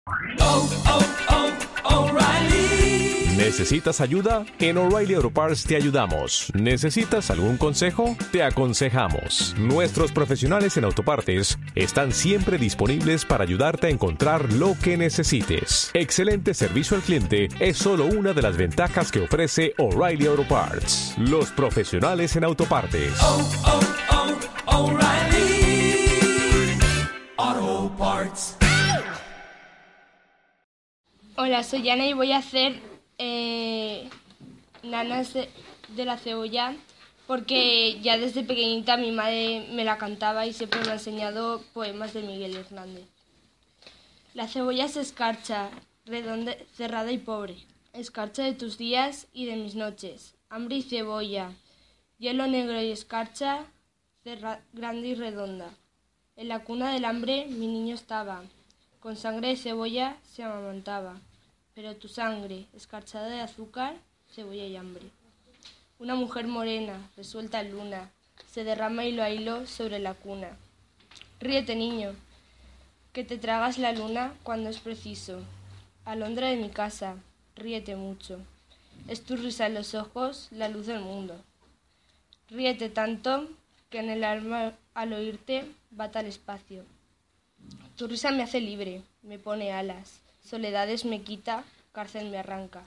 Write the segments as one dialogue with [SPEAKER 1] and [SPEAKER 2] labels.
[SPEAKER 1] O'Reilly.
[SPEAKER 2] ¿Necesitas ayuda? En O'Reilly Auto Parts te ayudamos. ¿Necesitas algún consejo? Te aconsejamos. Nuestros profesionales en autopartes están siempre disponibles para ayudarte a encontrar lo que necesites. Excelente servicio al cliente es solo una de las ventajas que ofrece O'Reilly Auto Parts. Los profesionales en autopartes.
[SPEAKER 1] O'Reilly Auto Parts.
[SPEAKER 3] Hola, soy Ana y voy a hacer nanas de la cebolla porque ya desde pequeñita mi madre me la cantaba y siempre me ha enseñado poemas de Miguel Hernández. La cebolla es escarcha, redonda, cerrada y pobre, escarcha de tus días y de mis noches, hambre y cebolla, hielo negro y escarcha, grande y redonda. En la cuna del hambre mi niño estaba, con sangre de cebolla se amamantaba. Pero tu sangre, escarchada de azúcar, cebolla y hambre. Una mujer morena, resuelta en luna, se derrama hilo a hilo sobre la cuna. Ríete, niño, que te tragas la luna cuando es preciso. Alondra de mi casa, ríete mucho. Es tu risa en los ojos, la luz del mundo. Ríete tanto que en el alma al oírte bata el espacio. Tu risa me hace libre, me pone alas. Soledades me quita, cárcel me arranca.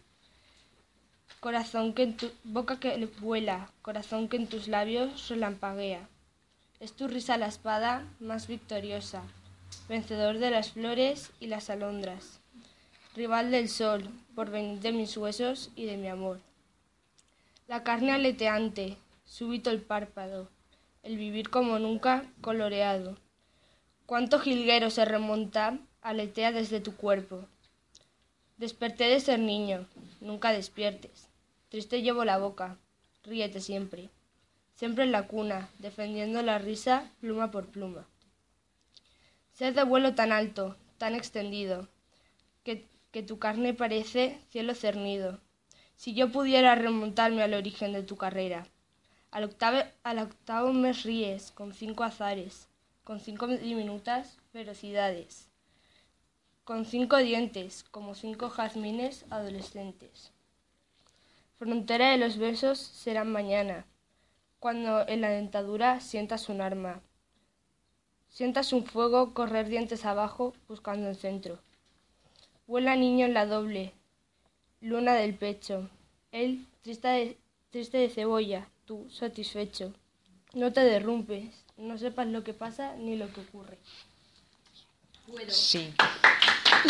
[SPEAKER 3] Corazón que en tu boca que vuela, corazón que en tus labios relampaguea. Es tu risa la espada más victoriosa, vencedor de las flores y las alondras, rival del sol, porvenir de mis huesos y de mi amor. La carne aleteante, súbito el párpado, el vivir como nunca coloreado. Cuánto jilguero se remonta, aletea desde tu cuerpo. Desperté de ser niño, nunca despiertes. Triste llevo la boca, ríete siempre. Siempre en la cuna, defendiendo la risa pluma por pluma. Sed de vuelo tan alto, tan extendido, que tu carne parece cielo cernido. Si yo pudiera remontarme al origen de tu carrera. Al octavo mes ríes, con 5 azares, con 5 diminutas ferocidades, con 5 dientes, como 5 jazmines adolescentes. Frontera de los besos serán mañana, cuando en la dentadura sientas un arma. Sientas un fuego correr dientes abajo buscando el centro. Vuela niño en la doble luna del pecho, él triste de cebolla, tú satisfecho. No te derrumbes, no sepas lo que pasa ni lo que ocurre.
[SPEAKER 4] Sí.